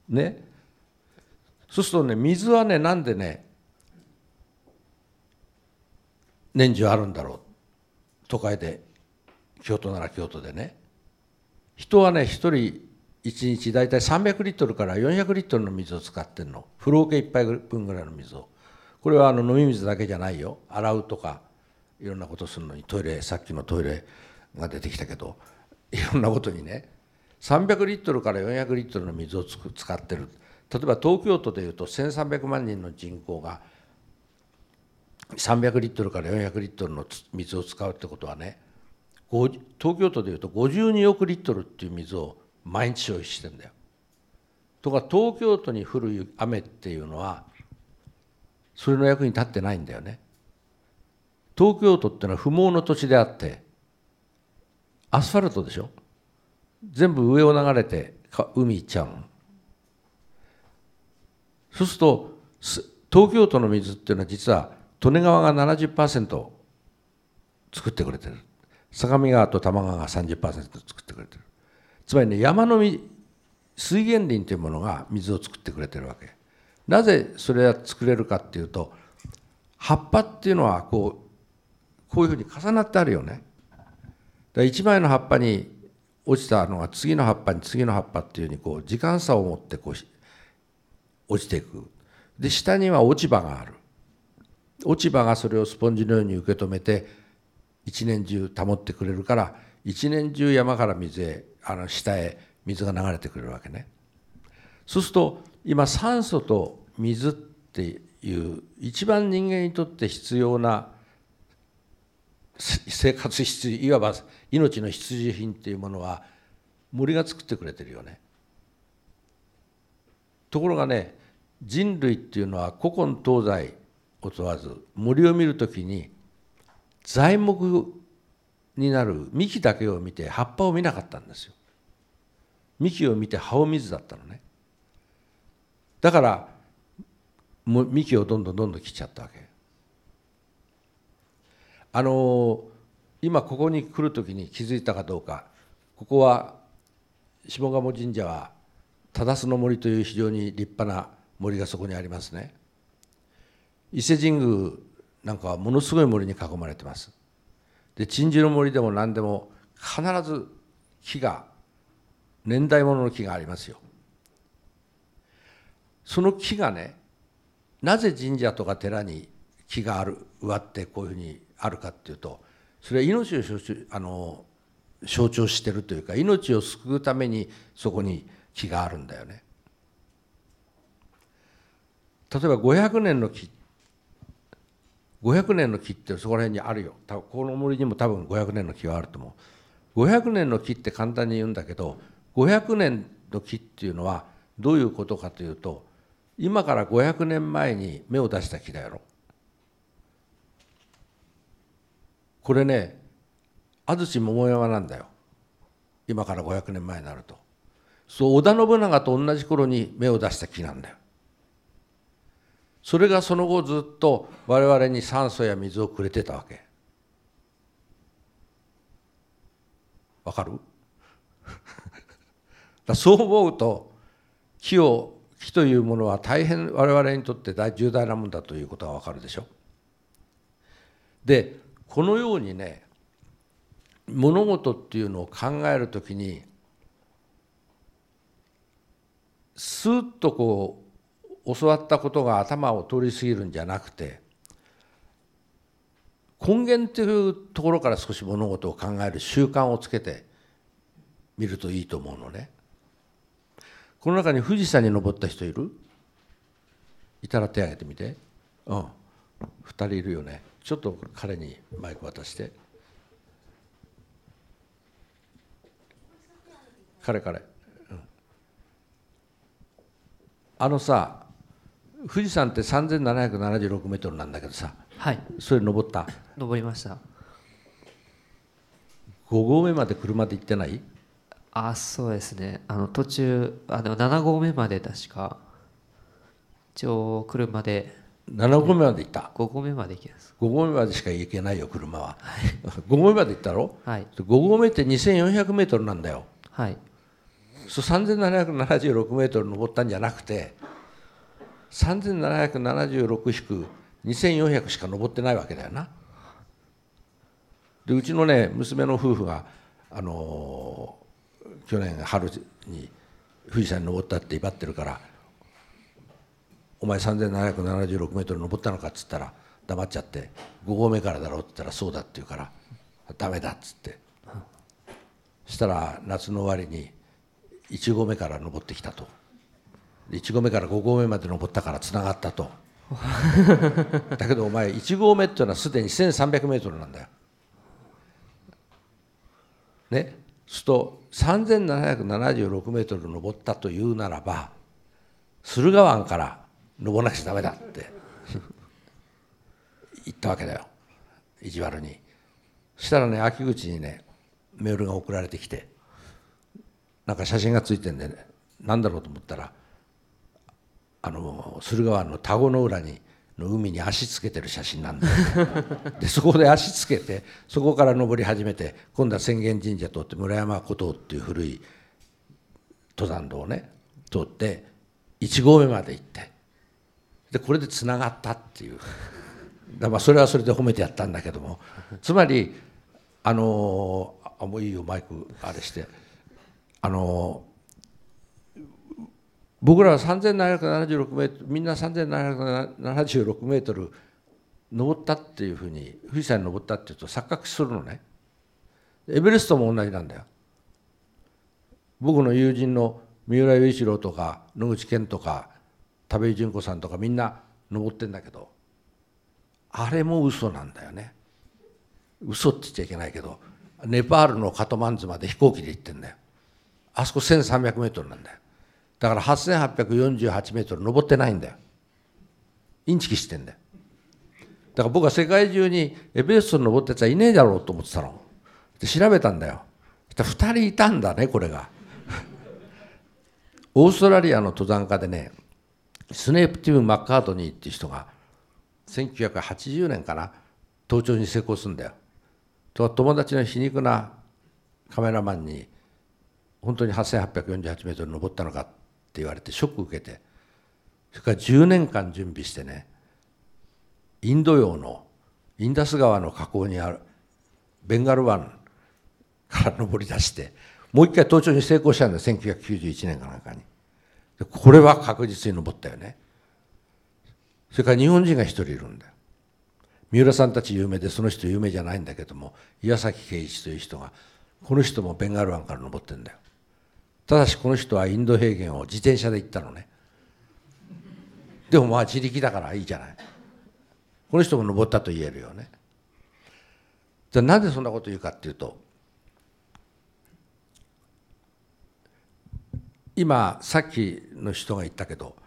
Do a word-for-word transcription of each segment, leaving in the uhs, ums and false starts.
ね。そうするとね、水はね、なんでね年中あるんだろう。都会で、京都なら京都でね。人はね、一人一日だいたいさんびゃくリットルからよんひゃくリットルの水を使ってるの。風呂桶一杯分ぐらいの水を。これはあの飲み水だけじゃないよ。洗うとかいろんなことするのに、トイレ、さっきのトイレが出てきたけど、いろんなことにね、さんびゃくリットルからよんひゃくリットルの水を使ってる。例えば東京都でいうとせんさんびゃくまん人の人口がさんびゃくリットルからよんひゃくリットルの水を使うってことはね、東京都でいうとごじゅうにおくリットルっていう水を毎日消費してんだよ。とか東京都に降る雨っていうのはそれの役に立ってないんだよね。東京都ってのは不毛の土地であってアスファルトでしょ。全部上を流れて海行っちゃうの。そうすると東京都の水っていうのは実は利根川が ななじゅっパーセント 作ってくれてる。相模川と多摩川が さんじゅっパーセント 作ってくれてる。つまりね、山の水源林というものが水を作ってくれてるわけ。なぜそれが作れるかっていうと、葉っぱっていうのはこうこういうふうに重なってあるよね。だから一枚の葉っぱに落ちたのが次の葉っぱに次の葉っぱっていうふうにこう時間差を持ってこう落ちていく。で下には落ち葉がある。落ち葉がそれをスポンジのように受け止めて一年中保ってくれるから、一年中山から水へあの下へ水が流れてくれるわけね。そうすると今酸素と水っていう一番人間にとって必要な生活必需、いわば命の必需品っていうものは森が作ってくれてるよね。ところがね、人類っていうのは古今東西を問わず森を見るときに材木になる幹だけを見て葉っぱを見なかったんですよ。幹を見て葉を見ずだったのね。だから幹をどんどんどんどん切っちゃったわけ。あの今ここに来るときに気づいたかどうか、ここは下鴨神社は忠須の森という非常に立派な森がそこにありますね。伊勢神宮なんかはものすごい森に囲まれてます。で鎮守の森でも何でも必ず木が年代物の木がありますよ。その木がね、なぜ神社とか寺に木がある植わってこういうふうにあるかっていうと、それは命を象徴、あの象徴してるというか、命を救うためにそこに木があるんだよね。例えばごひゃくねんの木、ごひゃくねんの木ってそこら辺にあるよ。多分この森にも多分ごひゃくねんの木はあると思う。ごひゃくねんの木って簡単に言うんだけど、ごひゃくねんの木っていうのはどういうことかというと、今からごひゃくねんまえに芽を出した木だよ。これね、安土桃山なんだよ。今からごひゃくねんまえになると。そう、織田信長と同じ頃に芽を出した木なんだよ。それがその後ずっと我々に酸素や水をくれてたわけ。わかる？だそう思うと、木を木というものは大変我々にとって大重大なものだということがわかるでしょ。でこのようにね、物事っていうのを考えるときにスーッとこう教わったことが頭を通り過ぎるんじゃなくて、根源というところから少し物事を考える習慣をつけてみるといいと思うのね。この中に富士山に登った人いる？いたら手を挙げてみて。うん、ふたりいるよね。ちょっと彼にマイク渡して。彼彼、うん、あのさ、富士山ってさんぜんななひゃくななじゅうろくメートルなんだけどさ、 はい、 それ登った？ 登りました。 ご合目まで車で行ってない？ あ、そうですね。あの途中あのなな合目まで確か一応車でなな合目まで行った？ ご合目まで行きます。 ご合目までしか行けないよ車は。ご合目まで行ったろ？ はい。 ご合目ってにせんよんひゃくメートルなんだよ。 はい。 そうさんぜんななひゃくななじゅうろくメートル登ったんじゃなくて、さんぜんななひゃくななじゅうろく引くにせんよんひゃくしか登ってないわけだよな。でうちのね娘の夫婦があのー、去年春に富士山に登ったって威張ってるから「お前さんぜんななひゃくななじゅうろくメートル登ったのか」っつったら黙っちゃって「ご合目からだろ」って言ったら「そうだ」って言うから「ダメだ」っつって、そしたら夏の終わりにいち合目から登ってきたと。いち合目からご合目まで登ったからつながったと。だけどお前いち合目っていうのはすでにせんさんびゃくメートルなんだよ。ね、そうするとさんぜんななひゃくななじゅうろくメートル登ったというならば駿河湾から登らなくちゃダメだって言ったわけだよ、意地悪に。そしたらね秋口にねメールが送られてきて、なんか写真がついてんでね、なんだろうと思ったらあの駿河湾の田子の浦にの海に足つけてる写真なんだよ。でそこで足つけてそこから登り始めて、今度は浅間神社通って村山古道っていう古い登山道をね通っていち合目まで行って、でこれでつながったっていう。だまあそれはそれで褒めてやったんだけども、つまりあのあもういいよマイクあれしてあの僕らはさんぜんななひゃくななじゅうろくメートルみんなさんぜんななひゃくななじゅうろくメートル登ったっていうふうに富士山に登ったっていうと錯覚するのね。エベレストも同じなんだよ。僕の友人の三浦雄一郎とか野口健とか田部井純子さんとかみんな登ってんだけど、あれも嘘なんだよね。嘘って言っちゃいけないけどネパールのカトマンズまで飛行機で行ってんだよ。あそこせんさんびゃくメートルなんだよ。だからはっせんはっぴゃくよんじゅうはちメートル登ってないんだよ。インチキしてんだよ。だから僕は世界中にエベレストに登ってやつはいねえだろうと思ってたの。で調べたんだよ。そしたらふたりいたんだねこれが。オーストラリアの登山家でねスネープ・ティム・マッカートニーっていう人がせんきゅうひゃくはちじゅうねんかな登頂に成功するんだよ。と友達の皮肉なカメラマンに本当にはっせんはっぴゃくよんじゅうはちメートル登ったのかって言われてショック受けて、それからじゅうねんかん準備してねインド洋のインダス川の河口にあるベンガル湾から登り出してもう一回登頂に成功したんだよ、せんきゅうひゃくきゅうじゅういちねんかなんかに。でこれは確実に登ったよね。それから日本人が一人いるんだよ。三浦さんたち有名でその人有名じゃないんだけども岩崎圭一という人が、この人もベンガル湾から登ってんだよ。ただしこの人はインド平原を自転車で行ったのね。でもまあ自力だからいいじゃない。この人も登ったと言えるよね。じゃあなぜそんなこと言うかっていうと、今さっきの人が言ったけど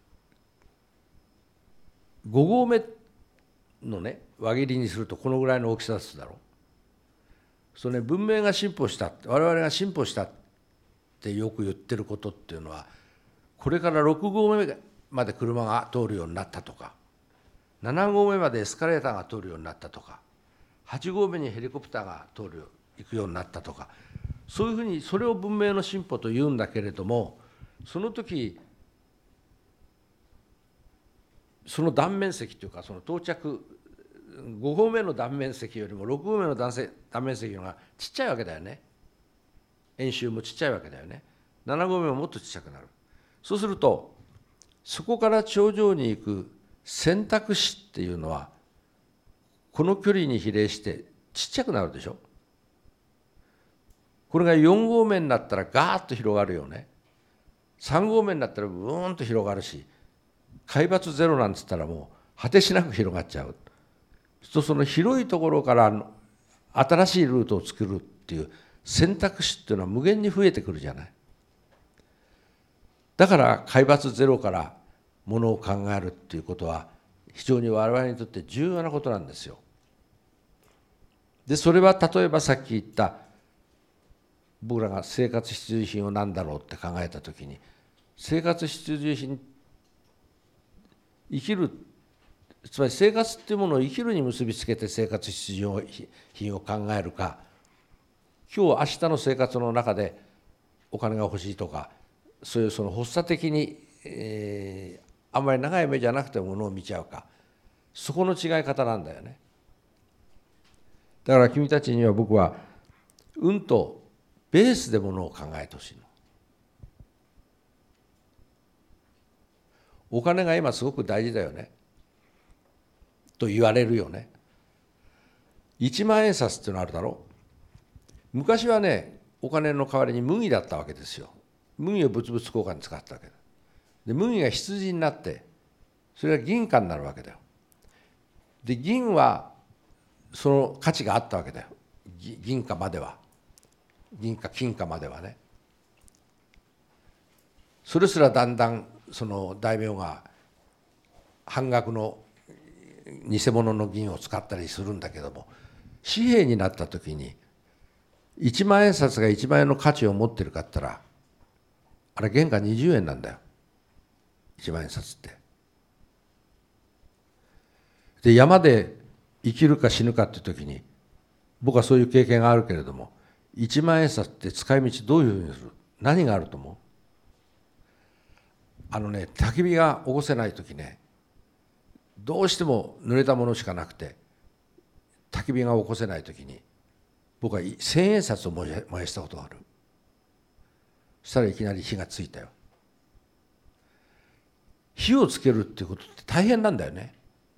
ご合目のね輪切りにするとこのぐらいの大きさですだろう。それね文明が進歩した我々が進歩したってよく言ってることっていうのは、これからろく合目まで車が通るようになったとかなな合目までエスカレーターが通るようになったとかはち合目にヘリコプターが通る行くようになったとか、そういうふうにそれを文明の進歩というんだけれども、その時その断面積というかその到着ご合目の断面積よりもろく合目の断面積の方がちっちゃいわけだよね。円周もちっちゃいわけだよね。なな合目ももっとちっちゃくなる。そうするとそこから頂上に行く選択肢っていうのはこの距離に比例してちっちゃくなるでしょ。これがよん合目になったらガーッと広がるよね。さん合目になったらブーンと広がるし、海抜ゼロなんつったらもう果てしなく広がっちゃう。そうその広いところから新しいルートを作るっていう選択肢っていうのは無限に増えてくるじゃない。だから海抜ゼロからものを考えるっていうことは非常に我々にとって重要なことなんですよ。でそれは例えばさっき言った僕らが生活必需品を何だろうって考えたときに、生活必需品生きるつまり生活っていうものを生きるに結びつけて生活必需品を考えるか、今日明日の生活の中でお金が欲しいとか、そういうその発作的に、えー、あんまり長い目じゃなくてものを見ちゃうか、そこの違い方なんだよね。だから君たちには僕はうんとベースでものを考えてほしいの。お金が今すごく大事だよねと言われるよね。いちまん円札っていうのあるだろう。昔はね、お金の代わりに麦だったわけですよ。麦を物々交換に使ったわけだ。で麦が羊になって、それが銀貨になるわけだよ。で銀はその価値があったわけだよ。銀貨までは、銀貨金貨まではね。それすらだんだんその大名が半額の偽物の銀を使ったりするんだけども、紙幣になった時にいちまん円札がいちまん円の価値を持ってるかって言ったら、あれ原価にじゅうえんなんだよ、いちまん円札って。で山で生きるか死ぬかっていう時に、僕はそういう経験があるけれども、いちまん円札って使い道どういうふうにする？何があると思う？あのね、焚き火が起こせない時ね、どうしても濡れたものしかなくて焚き火が起こせない時に、僕は千円札を燃やしたことがある。そしたらいきなり火がついたよ。火をつけるっていうことって大変なんだよね、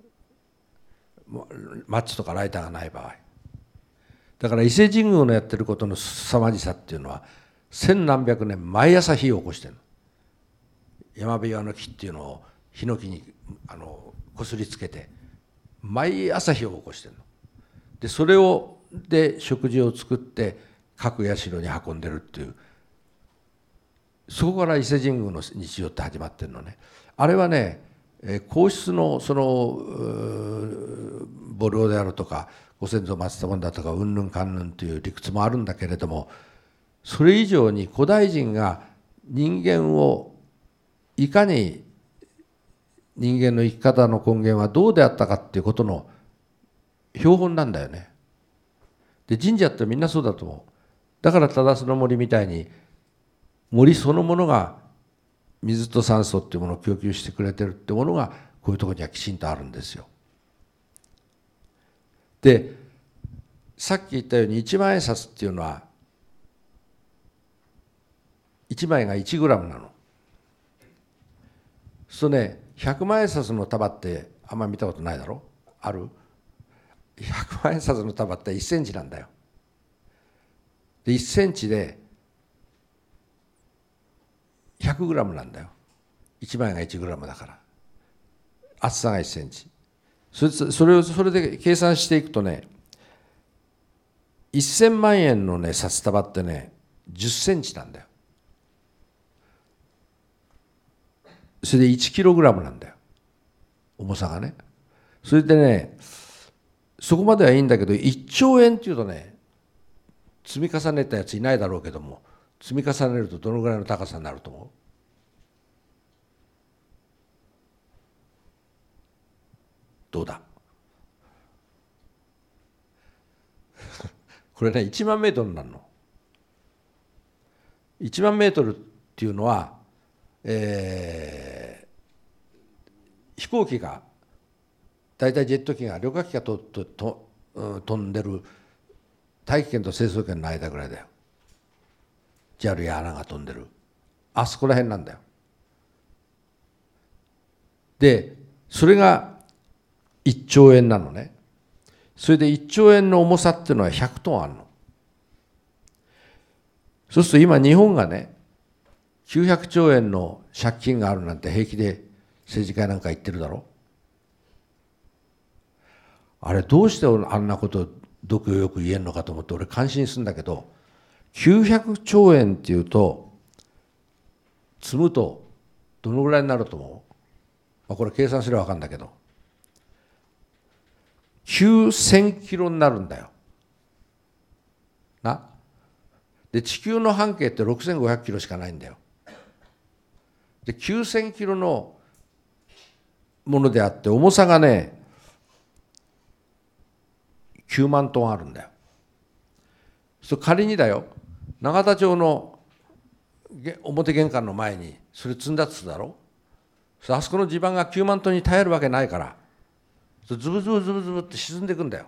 マッチとかライターがない場合。だから伊勢神宮のやってることの凄まじさっていうのは、千何百年毎朝火を起こしてるの。山辺岩の木っていうのをヒノキにあのこすりつけて毎朝火を起こしてるの。でそれをで食事を作って各社に運んでるっていう、そこから伊勢神宮の日常って始まってるのね。あれはね、皇室のその菩領であるとかご先祖松田だとかうんぬんかんぬんという理屈もあるんだけれども、それ以上に古代人が人間をいかに人間の生き方の根源はどうであったかっていうことの標本なんだよね。で神社ってみんなそうだと思う。だから忠須の森みたいに森そのものが水と酸素っていうものを供給してくれてるってものがこういうところにはきちんとあるんですよ。でさっき言ったようにいちまん円札っていうのはいちまいがいちグラムなの。そうね、ひゃくまん円札の束ってあんまり見たことないだろ？ある？ひゃくまん円札の束っていっセンチなんだよ。でいっセンチでひゃくグラムなんだよ。いちまいがいちグラムだから。厚さがいっセンチ。それ、それをそれで計算していくとね、せんまん円のね札束ってねじゅっセンチなんだよ。それでいちキログラムなんだよ、重さがね。それでね、そこまではいいんだけど、いっちょうえんっていうとね、積み重ねたやついないだろうけども、積み重ねるとどのぐらいの高さになると思う？どうだこれね、いちまんメートルになるの。いちまんメートルっていうのは、えー、飛行機が大体ジェット機が旅客機がととと、うん、飛んでる大気圏と成層圏の間ぐらいだよ。 ジャル や エーエヌエー が飛んでるあそこら辺なんだよ。でそれがいっちょうえんなのね。それでいっちょうえんの重さっていうのはひゃくトンあるの。そうすると今日本がねきゅうひゃくちょうえんの借金があるなんて平気で政治家なんか言ってるだろ。あれどうしてあんなことどこよく言えんのかと思って俺感心するんだけど、きゅうひゃくちょうえんっていうと積むとどのぐらいになると思う？まあ、これ計算すれば分かるんだけどきゅうせんキロになるんだよな。で地球の半径ってろくせんごひゃくキロしかないんだよ。できゅうせんキロのものであって重さがねきゅうまんトンあるんだよ。それ仮にだよ、永田町の表玄関の前にそれ積んだっつうだろ。あそこの地盤がきゅうまんトンに耐えるわけないから、ズブズブズブズブって沈んでいくんだよ。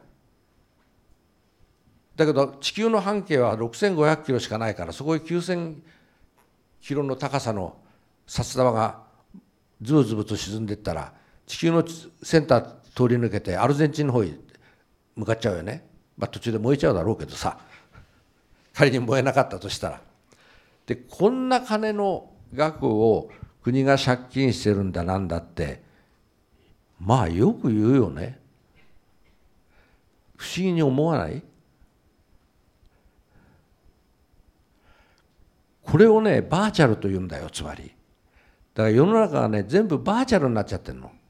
だけど地球の半径はろくせんごひゃくキロしかないから、そこへきゅうせんキロの高さの札玉がズブズブと沈んでいったら、地球のセンター通り抜けてアルゼンチンの方に向かっちゃうよね。まあ途中で燃えちゃうだろうけどさ、仮に燃えなかったとしたら。でこんな金の額を国が借金してるんだなんだって、まあよく言うよね。不思議に思わない？これをねバーチャルと言うんだよ。つまりだから世の中がね全部バーチャルになっちゃってるの。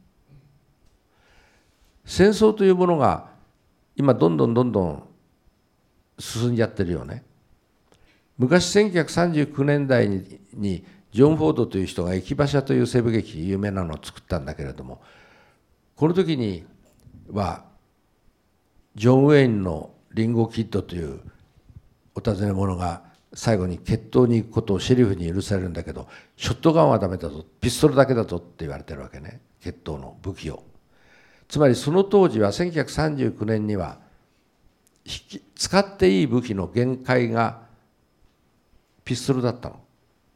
戦争というものが今どんどんどんどん進んじゃってるよね。昔せんきゅうひゃくさんじゅうきゅうねんだいににジョン・フォードという人が駅馬車という西部劇有名なのを作ったんだけれども、この時にはジョン・ウェインのリンゴ・キッドというお尋ね者が最後に決闘に行くことをシェリフに許されるんだけど、ショットガンはダメだぞ、ピストルだけだぞって言われてるわけね、決闘の武器を。つまりその当時はせんきゅうひゃくさんじゅうきゅうねんには使っていい武器の限界がピストルだったの。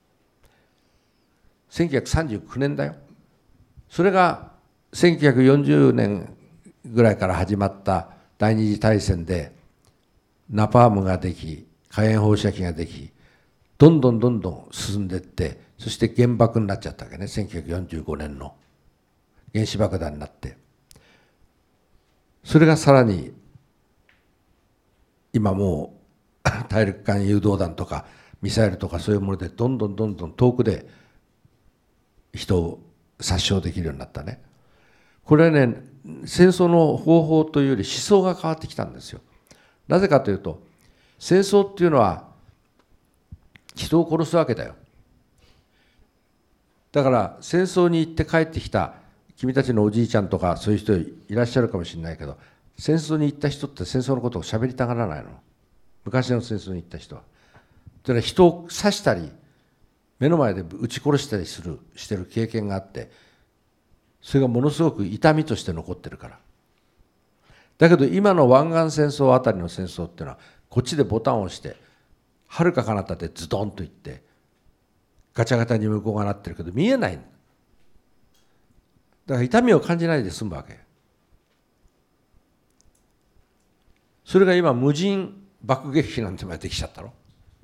せんきゅうひゃくさんじゅうきゅうねんだよ。それがせんきゅうひゃくよんじゅうねんぐらいから始まった第二次大戦でナパームができ、火炎放射器ができ、どんどんどんどん進んでいって、そして原爆になっちゃったわけね。せんきゅうひゃくよんじゅうごねんの原子爆弾になって、それがさらに今もう大陸間誘導弾とかミサイルとかそういうものでどんどんどんどん遠くで人を殺傷できるようになったね。これはね、戦争の方法というより思想が変わってきたんですよ。なぜかというと、戦争っていうのは人を殺すわけだよ。だから戦争に行って帰ってきた君たちのおじいちゃんとかそういう人いらっしゃるかもしれないけど、戦争に行った人って戦争のことを喋りたがらないの。昔の戦争に行った人は。それは人を刺したり目の前で撃ち殺したりするしてる経験があって、それがものすごく痛みとして残ってるから。だけど今の湾岸戦争あたりの戦争っていうのは、こっちでボタンを押してはるか彼方でズドンといってガチャガチャに向こうがなってるけど見えない。だから痛みを感じないで済むわけ。それが今無人爆撃機なんてまでできちゃったろ。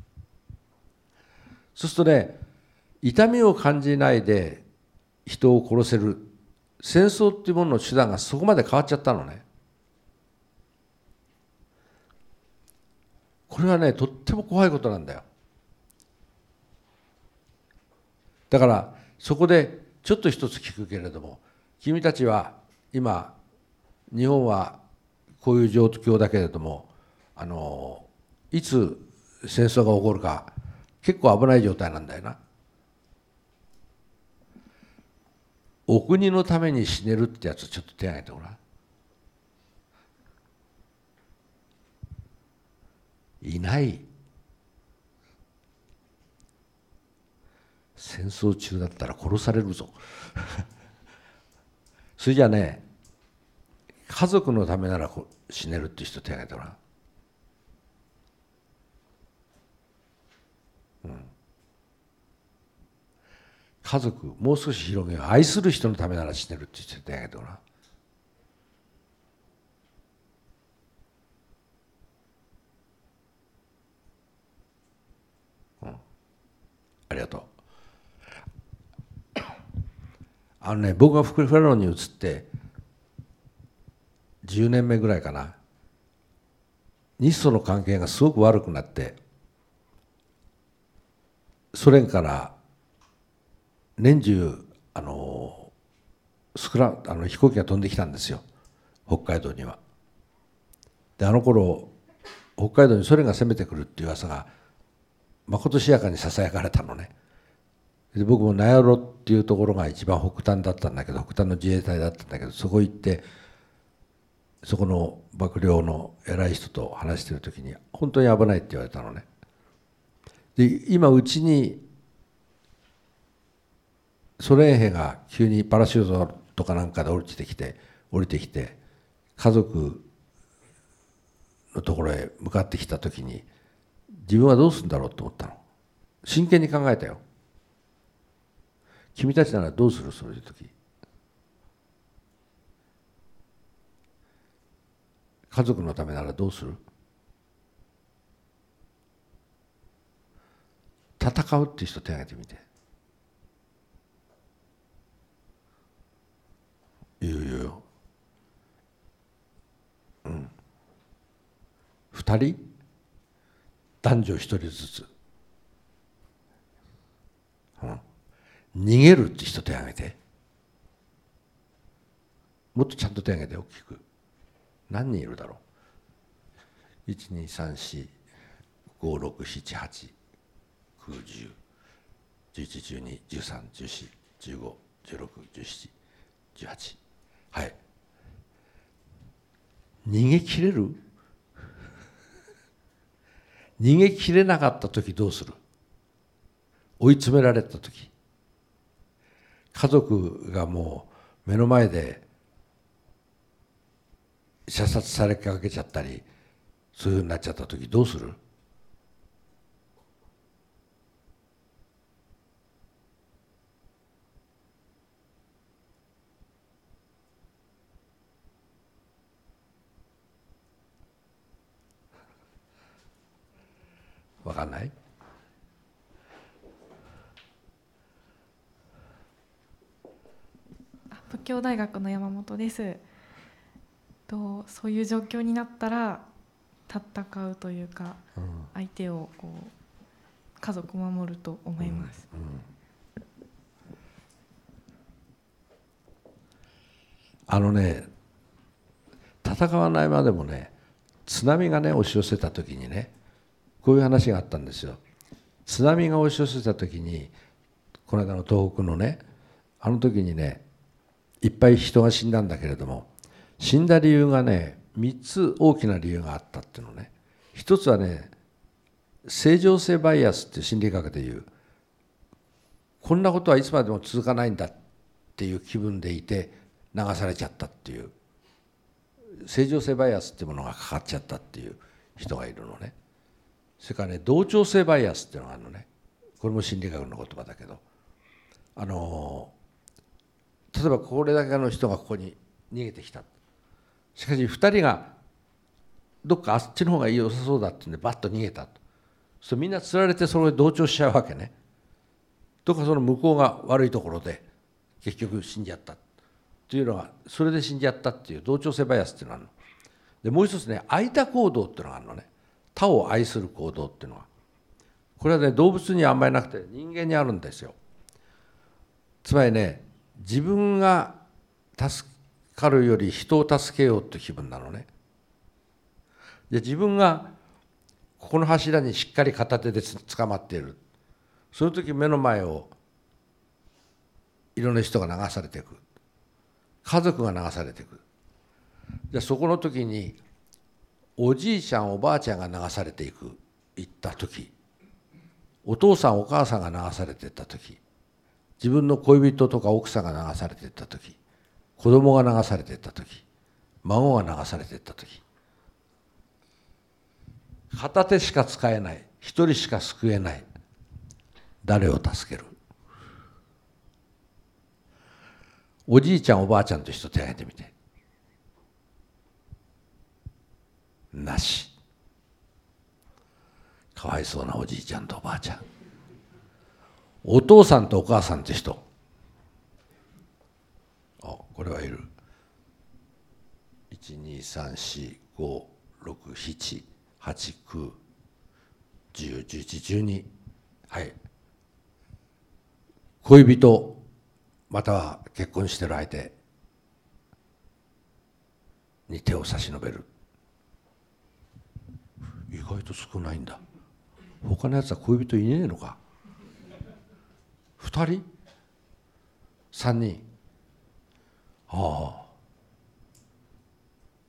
そうするとね、痛みを感じないで人を殺せる戦争っていうものの手段がそこまで変わっちゃったのね。これはね、とっても怖いことなんだよ。だからそこでちょっと一つ聞くけれども、君たちは今日本はこういう状況だけれども、あのいつ戦争が起こるか結構危ない状態なんだよな。お国のために死ねるってやつちょっと手を挙げてごらん。いない。戦争中だったら殺されるぞそれじゃね、家族のためなら死ねるっていう人手を挙げてごらん。うん、家族もう少し広げよう。愛する人のためなら死ねるっていう人手を挙げてごらん。うん、ありがとう。あのね、僕がフラロに移ってじゅうねんめぐらいかな、日ソの関係がすごく悪くなって、ソ連から年中あのスクラあの飛行機が飛んできたんですよ、北海道には。であの頃北海道にソ連が攻めてくるっていう噂がまことしやかにささやかれたのね。で僕も名寄っていうところが一番北端だったんだけど、北端の自衛隊だったんだけど、そこ行ってそこの幕僚の偉い人と話してる時に本当に危ないって言われたのね。 で今うちにソ連兵が急にパラシュートとかなんかで降りてきて降りてきて家族のところへ向かってきた時に自分はどうするんだろうと思ったの。真剣に考えたよ。君たちならどうする？そういう時。家族のためならどうする？戦うっていう人手を挙げてみて。いやいやいや。うん。二人？男女一人ずつ。うん。逃げるって人手を挙げて。もっとちゃんと手を挙げて大きく。何人いるだろう。いち、に、さん、し、ご、ろく、しち、はち、きゅう、じゅう、じゅういち、じゅうに、じゅうさん、じゅうよん、じゅうご、じゅうろく、じゅうなな、じゅうはち。はい。逃げ切れる？逃げ切れなかった時どうする？追い詰められた時。家族がもう目の前で射殺されかけちゃったりそういうふうになっちゃった時どうする？分かんない？ 仏教大学の山本です。とそういう状況になったら戦うというか、うん、相手をこう家族を守ると思います、うんうん、 あのね戦わないまでもね津波がね押し寄せた時にねこういう話があったんですよ。津波が押し寄せた時にこの間の東北のねあの時にねいっぱい人が死んだんだけれども死んだ理由がねみっつ大きな理由があったっていうのね。一つはね正常性バイアスっていう心理学でいうこんなことはいつまでも続かないんだっていう気分でいて流されちゃったっていう正常性バイアスっていうものがかかっちゃったっていう人がいるのね。それからね同調性バイアスっていうのがあるのね。これも心理学の言葉だけどあの例えばこれだけの人がここに逃げてきた。しかしふたりがどっかあっちの方が良さそうだってんでバッと逃げたと。そうみんなつられてそれで同調しちゃうわけね。どっかその向こうが悪いところで結局死んじゃったっていうのがそれで死んじゃったっていう同調性バイアスっていうのがあるの。でもう一つね愛多行動っていうのがあるのね。他を愛する行動っていうのはこれはね動物にはあんまりなくて人間にあるんですよ。つまりね自分が助かるより人を助けようって気分なのね。で自分がここの柱にしっかり片手でつかまっている。その時目の前をいろんな人が流されていく。家族が流されていく。じゃあそこの時におじいちゃんおばあちゃんが流されていく行った時お父さんお母さんが流されていった時自分の恋人とか奥さんが流されていった時子供が流されていった時孫が流されていった時片手しか使えない一人しか救えない誰を助ける？おじいちゃんおばあちゃんと人手を挙げてみて。なし。かわいそうなおじいちゃんとおばあちゃん。お父さんとお母さんって人。あ、これはいる。いち、に、さん、し、ご、ろく、しち、はち、きゅう、じゅう、じゅういち、じゅうに。はい。恋人または結婚している相手に手を差し伸べる。意外と少ないんだ。他のやつは恋人いねえのか。ふたりさんにん。ああ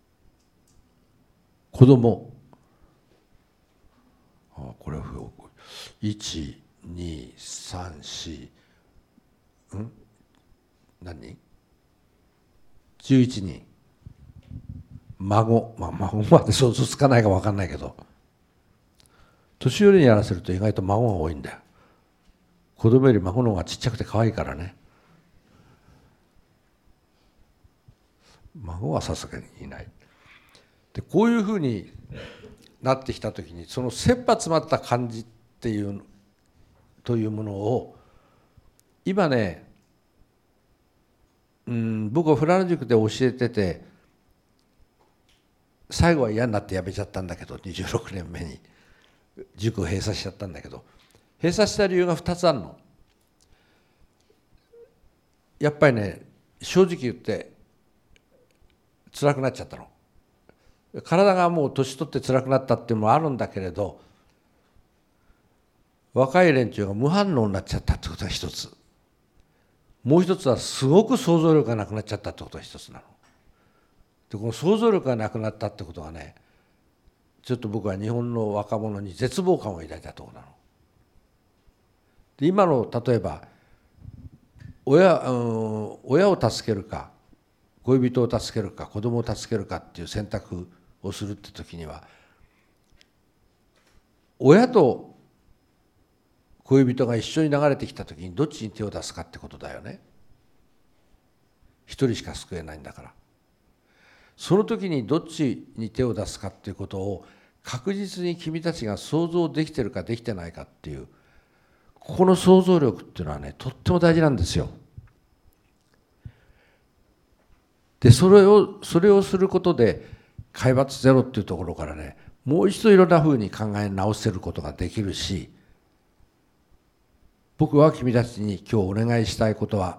子供。ああこれはいちにさんしん何人じゅういちにん、孫、まあ、孫まで想像つかないか分かんないけど、年寄りにやらせると意外と孫が多いんだよ。子供より孫の方がちっちゃくて可愛いからね。孫はさすがにいない。でこういうふうになってきた時に、その切羽詰まった感じっていうというものを今ね、うん、僕は富良野塾で教えてて、最後は嫌になって辞めちゃったんだけど、にじゅうろくねんめに塾を閉鎖しちゃったんだけど、閉鎖した理由がふたつあるの。やっぱりね、正直言って辛くなっちゃったの。体がもう年取って辛くなったっていうのもあるんだけれど、若い連中が無反応になっちゃったってことが一つ、もう一つはすごく想像力がなくなっちゃったってことが一つなの。でこの想像力がなくなったってことがね、ちょっと僕は日本の若者に絶望感を抱いたところなの。で今の例えば親、うん、親を助けるか恋人を助けるか子供を助けるかっていう選択をするって時には、親と恋人が一緒に流れてきた時にどっちに手を出すかってことだよね。一人しか救えないんだから。その時にどっちに手を出すかっていうことを確実に君たちが想像できてるかできてないかっていう、ここの想像力っていうのはね、とっても大事なんですよ。でそれをそれをすることで海抜ゼロっていうところからね、もう一度いろんなふうに考え直せることができるし、僕は君たちに今日お願いしたいことは、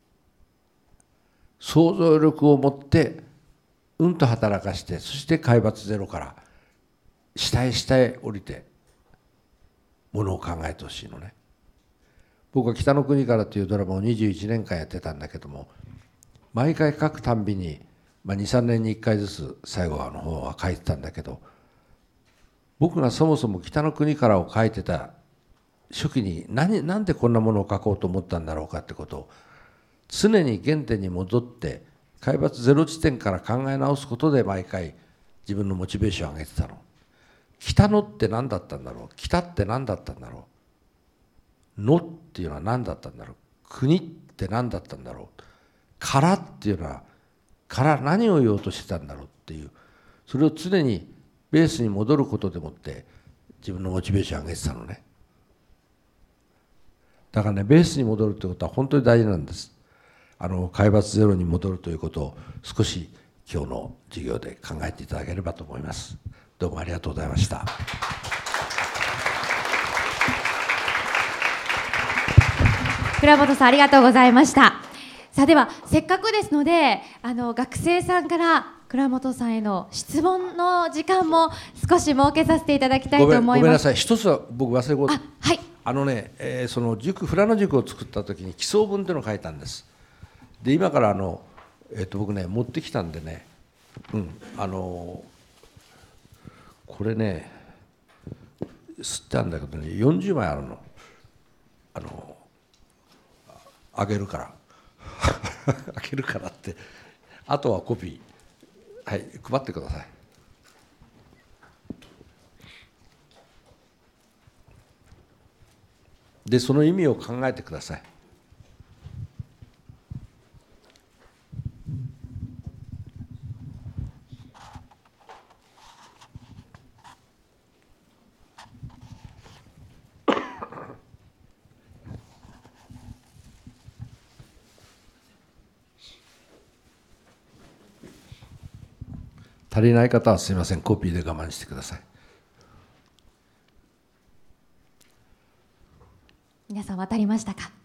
想像力を持ってうんと働かして、そして海抜ゼロから下へ下へ降りてものを考えてほしいのね。僕は北の国からというドラマをにじゅういちねんかんやってたんだけども、毎回書くたんびに、まあ、にさんねんにいっかいずつ最後の方は書いてたんだけど、僕がそもそも北の国からを書いてた初期に何なんでこんなものを書こうと思ったんだろうかってことを常に原点に戻って海抜ゼロ地点から考え直すことで毎回自分のモチベーションを上げてたの。北のって何だったんだろう、北って何だったんだろう、のっていうのは何だったんだろう、国って何だったんだろう、からっていうのはから何を言おうとしてたんだろうっていう、それを常にベースに戻ることでもって自分のモチベーションを上げてたのね。だからね、ベースに戻るということは本当に大事なんです。あの海抜ゼロに戻るということを少し今日の授業で考えていただければと思います。どうもありがとうございました。 倉本さん、ありがとうございました。さあではせっかくですので、あの学生さんから倉本さんへの質問の時間も少し設けさせていただきたいと思います。 ごめん、ごめんなさい。一つは僕忘れごと。 あ、はい。 あのね、えー、その塾富良野塾を作った時に基礎文というのを書いたんです。で今からあの、えー、と僕ね持ってきたんでね、うんあのこれね吸ってあるんだけどね、よんじゅうまいあるの。あのあげるからあげるからって、あとはコピー、はい、配ってください。でその意味を考えてください。足りない方はすみません、コピーで我慢してください。 皆さん渡りましたか。